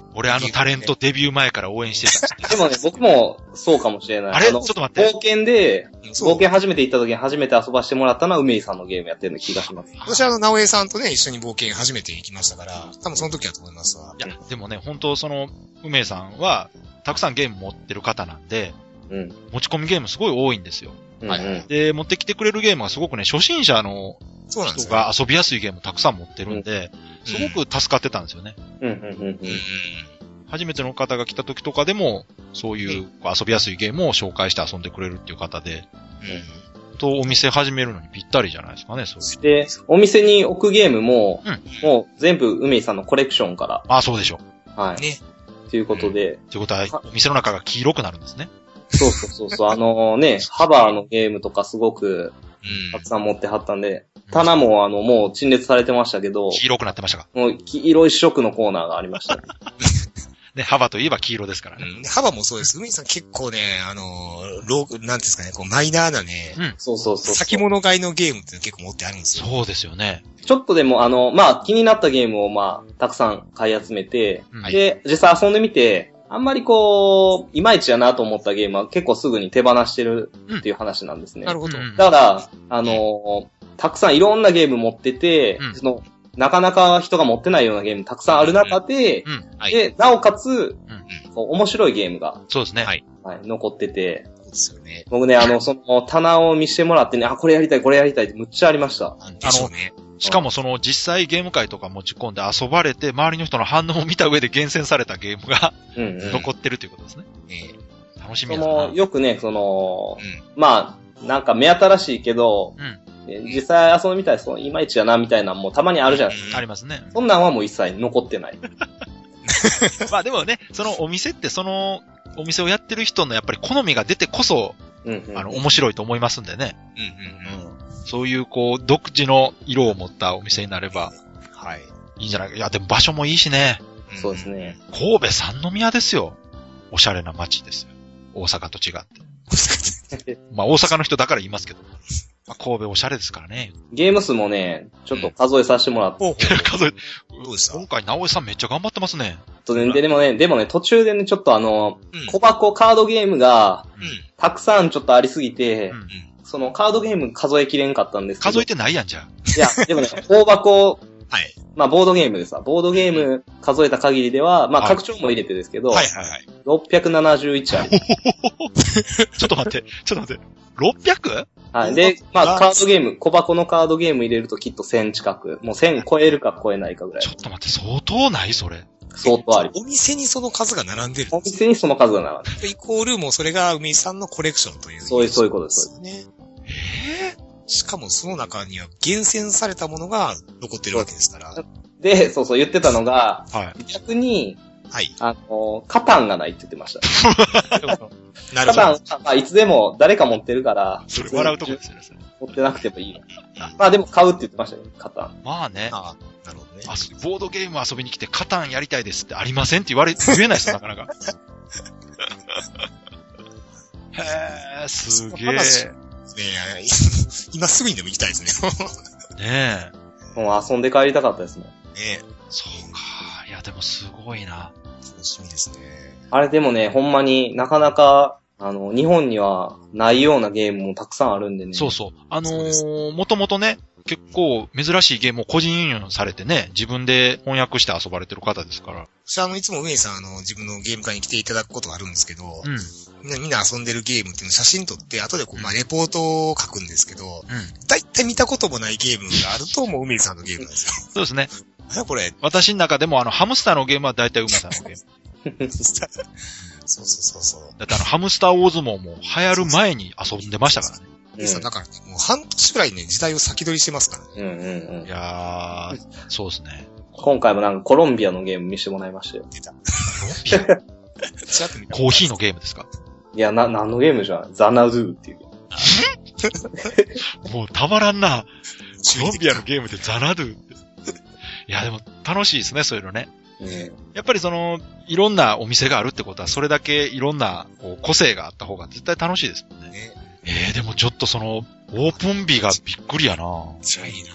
俺タレントデビュー前から応援してた。 でもね、僕もそうかもしれない。 あれちょっと待って。 冒険初めて行った時に初めて遊ばしてもらったのは梅井さんのゲームやってるような気がします。 私は直江さんとね、一緒に冒険初めて行きましたから、多分その時だと思いますわ。 いや、でもね、本当梅井さんは、たくさんゲーム持ってる方なんで、持ち込みゲームすごい多いんですよ。はい。で、持ってきてくれるゲームがすごくね、初心者の人が遊びやすいゲームたくさん持ってるんで、すごく助かってたんですよね。初めての方が来た時とかでも、そういう遊びやすいゲームを紹介して遊んでくれるっていう方で、お店始めるのにぴったりじゃないですかね、そう。 で、お店に置くゲームも、もう全部梅井さんのコレクションから。 あ、そうでしょ。 はい。ね。ということで。 ということは、お店の中が黄色くなるんですね。 そう。ハバーのゲームとかすごく、たくさん持ってはったんで、棚ももう陳列されてましたけど、 黄色くなってましたか？ もう黄色一色のコーナーがありました。 ね、ハバといえば黄色ですからね。 ハバもそうです。梅井さん結構ね、なんですかね、こうマイナーなね、 そう。 先物買いのゲームって結構持ってあるんですよ。 そうですよね。 ちょっとでも気になったゲームをたくさん買い集めて、で、実際遊んでみて、あんまりいまいちやなと思ったゲームは結構すぐに手放してるっていう話なんですね。 なるほど。 だから、たくさんいろんなゲーム持ってて、なかなか人が持ってないようなゲームたくさんある中で、で、なおかつ、面白いゲームが、 そうですね。 はい。残ってて、 そうですよね。 僕ね、棚を見せてもらってね、これやりたいってむっちゃありました。 でしょうね。 しかも実際ゲーム会とか持ち込んで遊ばれて、周りの人の反応を見た上で厳選されたゲームが残ってるということですね。楽しみだな。 よくね、なんか目新しいけど、実際遊んでみたいいまいちやなみたいなのもたまにあるじゃないですか。 ありますね。 そんなんはもう一切残ってない。 まあでもね、お店ってお店をやってる人のやっぱり好みが出てこそ、面白いと思いますんでね。そういう独自の色を持ったお店になれば、はい。いいんじゃないか。いや、でも場所もいいしね。 そうですね。 神戸三宮ですよ。おしゃれな街ですよ。大阪と違って。まあ大阪の人だから言いますけど。神戸おしゃれですからね。 ゲーム数もね、ちょっと数えさせてもらって。 数え、どうでした？今回、直江さんめっちゃ頑張ってますね。 でもね、途中でね、ちょっと小箱カードゲームが、たくさんちょっとありすぎて、そのカードゲーム数えきれんかったんですけど。 数えてないやんじゃん。 いや、でもね、大箱、はい。ボードゲームですわ。ボードゲーム数えた限りでは、拡張も入れてですけど、671ある。 ちょっと待って。600？ はい。で、カードゲーム、小箱のカードゲーム入れるときっと1000近く。もう1000超えるか超えないかぐらい。 ちょっと待って、相当ないそれ。 相当あり。 お店にその数が並んでる。 お店にその数が並んでる。 イコールもうそれが梅井さんのコレクションという。 そういうことです。 ね。しかもその中には厳選されたものが残ってるわけですから。 で、そう言ってたのが、逆に、はい。カタンがないって言ってました。なるほど。カタン、いつでも誰か持ってるから。 それ笑うとこですよね。 持ってなくてもいい。でも買うって言ってましたよ、カタン。 まあね。 なるほどね。 ボードゲーム遊びに来てカタンやりたいですってありませんって言えないですよ、なかなか。へー、すげー。 今すぐにでも行きたいですね。 ねえ。もう遊んで帰りたかったですもん。ねえ。そうか。いや、でもすごいな。 楽しみですね。 あれでもね、ほんまになかなか、日本にはないようなゲームもたくさんあるんでね。 そうそう。もともとね、結構珍しいゲームを個人輸入されてね、自分で翻訳して遊ばれてる方ですから。 私いつも梅井さん自分のゲーム会に来ていただくことがあるんですけど、みんな遊んでるゲームっていうのを写真撮って、後でレポートを書くんですけど、だいたい見たこともないゲームがあると、もう梅井さんのゲームなんですよ。 そうですね。 これ。 私の中でもハムスターのゲームはだいたい梅井さんのゲーム。 そう。だってハムスター大相撲も流行る前に遊んでましたからね。 だからもう半年くらいね、時代を先取りしてますからね。いやー、そうですね。 今回もコロンビアのゲーム見せてもらいましたよ。 出た。 コーヒーのゲームですか？ いや、何のゲームじゃん。ザナドゥっていう。 もうたまらんな。コロンビアのゲームでザナドゥって。いや、でも楽しいですね、そういうのね。 やっぱりいろんなお店があるってことは、それだけいろんな個性があった方が絶対楽しいですもんね。でもちょっとオープン日がびっくりやな。 めっちゃいいな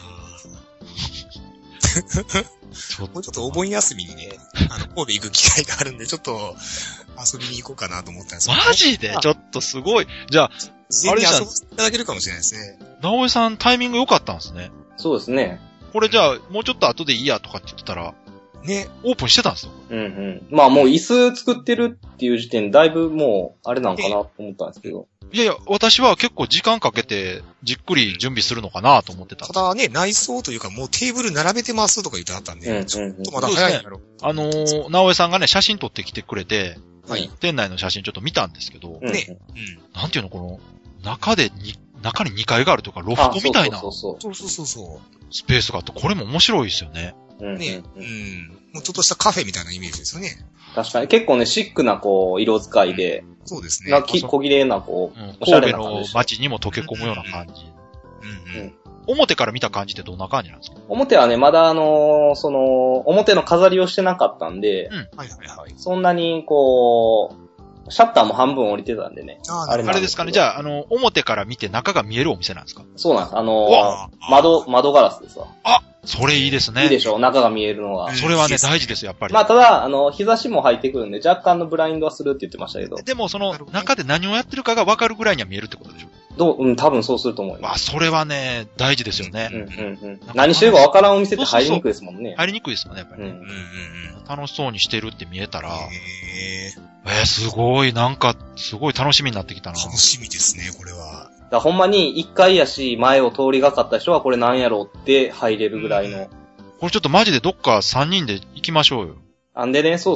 もうちょっとお盆休みにね、神戸行く機会があるんで、ちょっと遊びに行こうかなと思ったんですけど。 マジでちょっとすごい。じゃあ、 あれじゃ遊んでいただけるかもしれないですね。 直江さんタイミング良かったんですね。 そうですね。 これじゃあ、もうちょっと後でいいやとかって言ってたら、 ね。 オープンしてたんですよ。 まあもう椅子作ってるっていう時点でだいぶもう、あれなんかなと思ったんですけど。 いや、私は結構時間かけて、じっくり準備するのかなと思ってた。 ただね、内装というかもうテーブル並べてますとか言ってあったんで、ちょっとまだ早いんやろ。 直江さんがね、写真撮ってきてくれて、 はい。 店内の写真ちょっと見たんですけど、 ね。 なんていうの、中に2階があるというか、ロフトみたいな、 そう。 スペースがあって、これも面白いですよね。 ね。もうちょっとしたカフェみたいなイメージですよね。 確かに結構ね、シックな色使いで、 そうですね。 小綺麗なおしゃれな神戸の街にも溶け込むような感じ。表から見た感じってどんな感じなんですか？ 表はね、まだ表の飾りをしてなかったんで、そんなにシャッターも半分降りてたんでね。 あれですかね。じゃあ、表から見て中が見えるお店なんですか？ そうなんです。窓ガラスですわ。 あ、それいいですね。 いいでしょ、中が見えるのが。 それはね、大事ですよ、やっぱり。 まあ、ただ、日差しも入ってくるんで、若干のブラインドはするって言ってましたけど。 でも、中で何をやってるかが分かるぐらいには見えるってことでしょ？ 多分そうすると思います。 それはね、大事ですよね。 何してるか分からんお店って入りにくいですもんね。 入りにくいですもんね、やっぱり。楽しそうにしてるって見えたら、すごい、すごい楽しみになってきたな。 楽しみですね、これは。 ほんまに一回やし、前を通りがかった人はこれなんやろうって入れるぐらいの。 これちょっとマジでどっか3人で行きましょうよ。 あんでね、そう。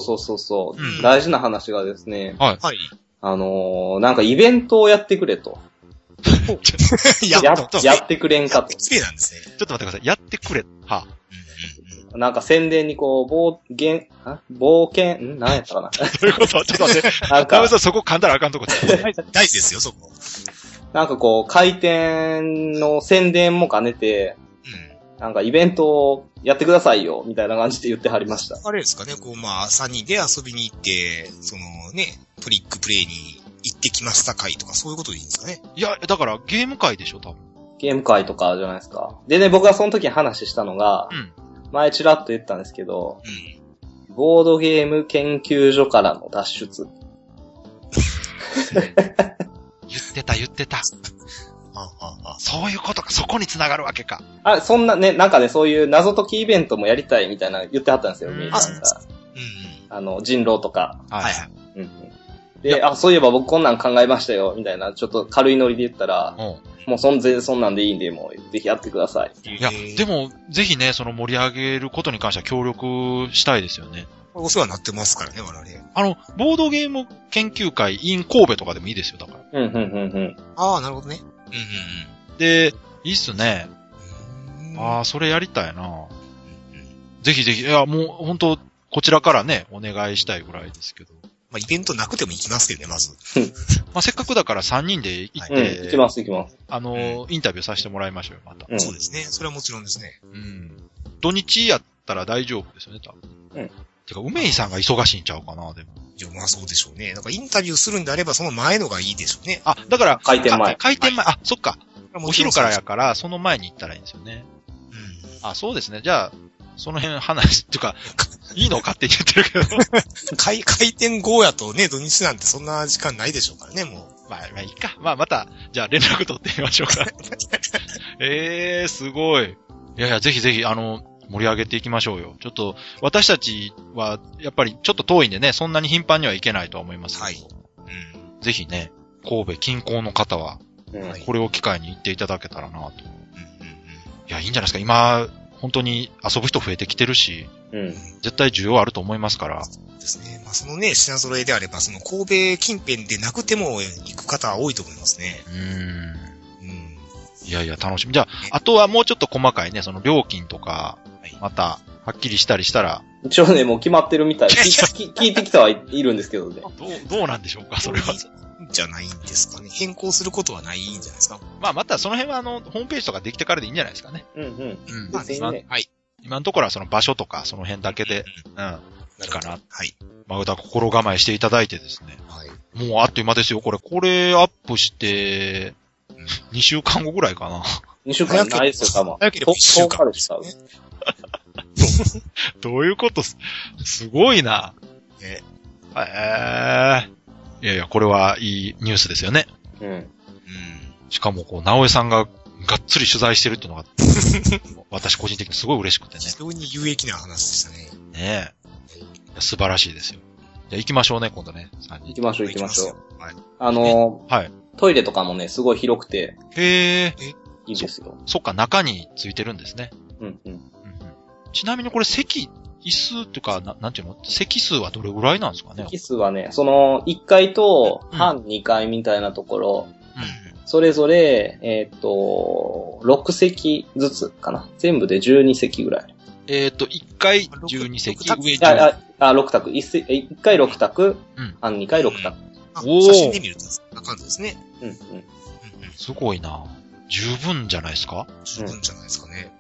大事な話がですね。 はい。 なんかイベントをやってくれと。やってくれんかと。 失礼なんですね。 ちょっと待ってください。やってくれ。はなんか宣伝に冒険何やったかな。 どういうことちょっと待って。なんか、そこ噛んだらあかんとこ大事ですよ、そこ。 なんか開店の宣伝も兼ねて、なんかイベントをやってくださいよ、みたいな感じで言ってはりました。 あれですかね、3人で遊びに行って、トリックプレイに行ってきました会とか、そういうことでいいんですかね。 いや、だからゲーム会でしょ、多分。 ゲーム会とかじゃないですか。でね、僕がその時に話したのが、前ちらっと言ったんですけど、ボードゲーム研究所からの脱出。 言ってた。そういうことか、そこに繋がるわけか。 そんなね、なんかね、そういう謎解きイベントもやりたいみたいな言ってはったんですよ、みーさんが。人狼とか。で、そういえば僕こんなん考えましたよ、みたいな、ちょっと軽いノリで言ったら、もう全然そんなんでいいんで、もうぜひやってください。 いや、でも、ぜひね、盛り上げることに関しては協力したいですよね。 お世話になってますからね、我々。 ボードゲーム研究会 in 神戸とかでもいいですよ、だから。 なるほどね。 で、いいっすね。それやりたいな。ぜひぜひ、いや、もう本当こちらからね、お願いしたいぐらいですけど。 イベントなくても行きますけどね、まず。 せっかくだから3人で行って、 行きます。インタビューさせてもらいましょうよ、また。 そうですね。それはもちろんですね。 土日やったら大丈夫ですよね、多分。てか、梅井さんが忙しいんちゃうかな、でも。 いや、そうでしょうね。なんかインタビューするんであれば、その前のがいいでしょうね。 だから、 開店前。 そっか。お昼からやから、その前に行ったらいいんですよね。そうですね。じゃあ、その辺話、っていうか、いいの勝手に言ってるけど。 開店後やとね、土日なんてそんな時間ないでしょうからね、もう。 まあいいか。また、じゃあ連絡取ってみましょうか。すごい。いや、ぜひぜひ、盛り上げていきましょうよ。ちょっと、私たちは、やっぱりちょっと遠いんでね、そんなに頻繁には行けないとは思いますけど。ぜひね、神戸近郊の方は、これを機会に行っていただけたらなと。いや、いいんじゃないですか。今、本当に遊ぶ人増えてきてるし、絶対需要あると思いますから。 そうですね。そのね、品揃えであれば、その神戸近辺でなくても行く方は多いと思いますね。 いや、楽しみ。じゃあ、あとはもうちょっと細かいね、その料金とか、また、はっきりしたりしたら。 一応ね、もう決まってるみたい。聞いてきてはいるんですけどね。 どうなんでしょうか、それは。 じゃないんですかね。変更することはないんじゃないですか。 またその辺はホームページとかできてからでいいんじゃないですかね。 はい。 今のところはその場所とかその辺だけで、 いいかな。 はい。 まあ、心構えしていただいてですね。はい。もうあっという間ですよ。これアップして、2週間後ぐらいかな。 2週間ないですよ、多分。 早ければ1週間でした。 どういうことすごいな。いやいや、これはいいニュースですよね。うん。しかも、直江さんががっつり取材してるっていうのが、私個人的にすごい嬉しくてね。 非常に有益な話でしたね。 ねえ。素晴らしいですよ。じゃあ行きましょうね、今度ね。3人。 行きましょう。はい。 はい。 トイレとかもね、すごい広くて。 へえ。 いいですよ。 そっか、中についてるんですね。 うんうん。 ちなみにこれ椅子っていうか、なんていうの？席数はどれぐらいなんですかね？ 席数はね、1階と半2階みたいなところ、それぞれ、6席ずつかな。全部で12席ぐらい。 1階12席、上 12。6択。1階6択、半2階6択。 写真で見ると、あかんですね。うんうん。 すごいな。十分じゃないですか？ 十分じゃないですかね。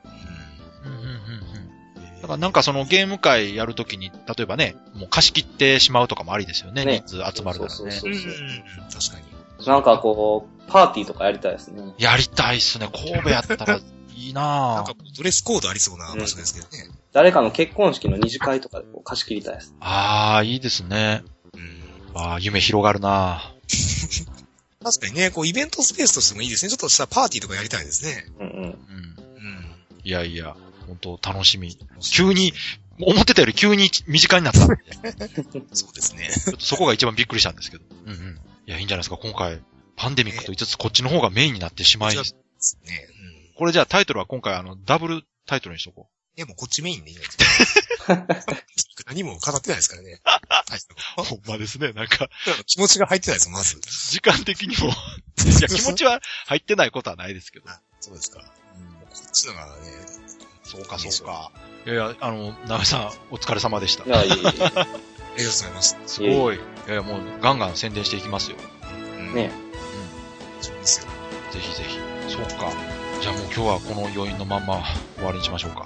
だからなんかそのゲーム会やるときに、例えばね、もう貸し切ってしまうとかもありですよね。人数集まるならね。 そう。確かに。 なんかパーティーとかやりたいですね。 やりたいっすね。神戸やったらいいなぁ。 なんかドレスコードありそうな場所ですけどね。 誰かの結婚式の二次会とかで貸し切りたいです。 いいですね。夢広がるなぁ。 確かにね、イベントスペースとしてもいいですね。ちょっとしたパーティーとかやりたいですね。 いやいや、本当楽しみ。急に、思ってたより急に身近になったんで。 そうですね。 ちょっとそこが一番びっくりしたんですけど。いや、いいんじゃないですか、今回。パンデミックと言いつつこっちの方がメインになってしまい。ですね。これじゃあタイトルは今回ダブルタイトルにしとこう。 いや、もうこっちメインでいいじゃないですか。何も語ってないですからね。 ほんまですね、なんか。 気持ちが入ってないですよ、まず。 時間的にも。いや、気持ちは入ってないことはないですけど。 そうですか。こっちのがね。 そうか。いや、なべさん、お疲れ様でした。 いや、いい。 ありがとうございます。 すごい。いや、もう、ガンガン宣伝していきますよ。 ね。 そうですよ。 ぜひぜひ。そうか。じゃあもう今日はこの余韻のまんま終わりにしましょうか。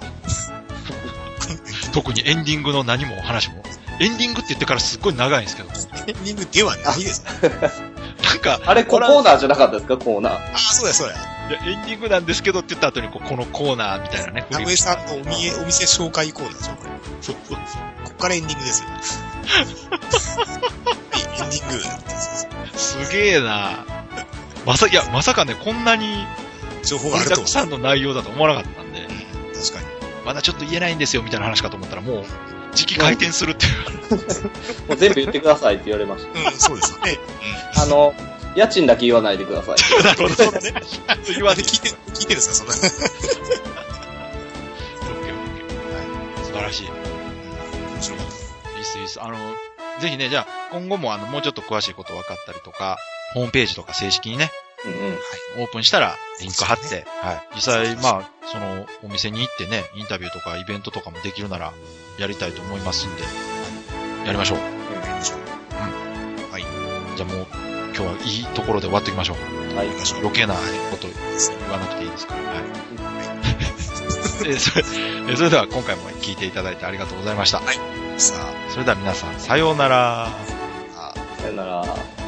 特にエンディングの何も話も。エンディングって言ってからすっごい長いんですけど。 エンディングではないです。 なんか。 あれ、コーナーじゃなかったですか、コーナー。 そうや。 いや、エンディングなんですけどって言った後にこのコーナーみたいなね。 名古屋さんのお店紹介コーナーでしょ、これ。そう。こっからエンディングですよ。エンディング。 すげえなまさかね、こんなに、 情報があると。 たくさんの内容だと思わなかったんで。 確かに。 まだちょっと言えないんですよ、みたいな話かと思ったら、もう、時期回転するっていう。 もう全部言ってくださいって言われました。 そうですよね。 家賃だけ言わないでください。 なるほど、そうね。 言われ聞いてるんですか、そんな。 素晴らしい。 面白かった。 いいっす。ぜひね、じゃあ、今後ももうちょっと詳しいこと分かったりとか、ホームページとか正式にね、オープンしたらリンク貼って、実際、お店に行ってね、インタビューとかイベントとかもできるなら、やりたいと思いますんで、やりましょう。はい。じゃあもう、今日はいいところで終わっておきましょう。 はい。 余計なこと言わなくていいですから。はい。それでは今回も聞いていただいてありがとうございました。 はい。 それでは皆さん、さようなら。 さようなら。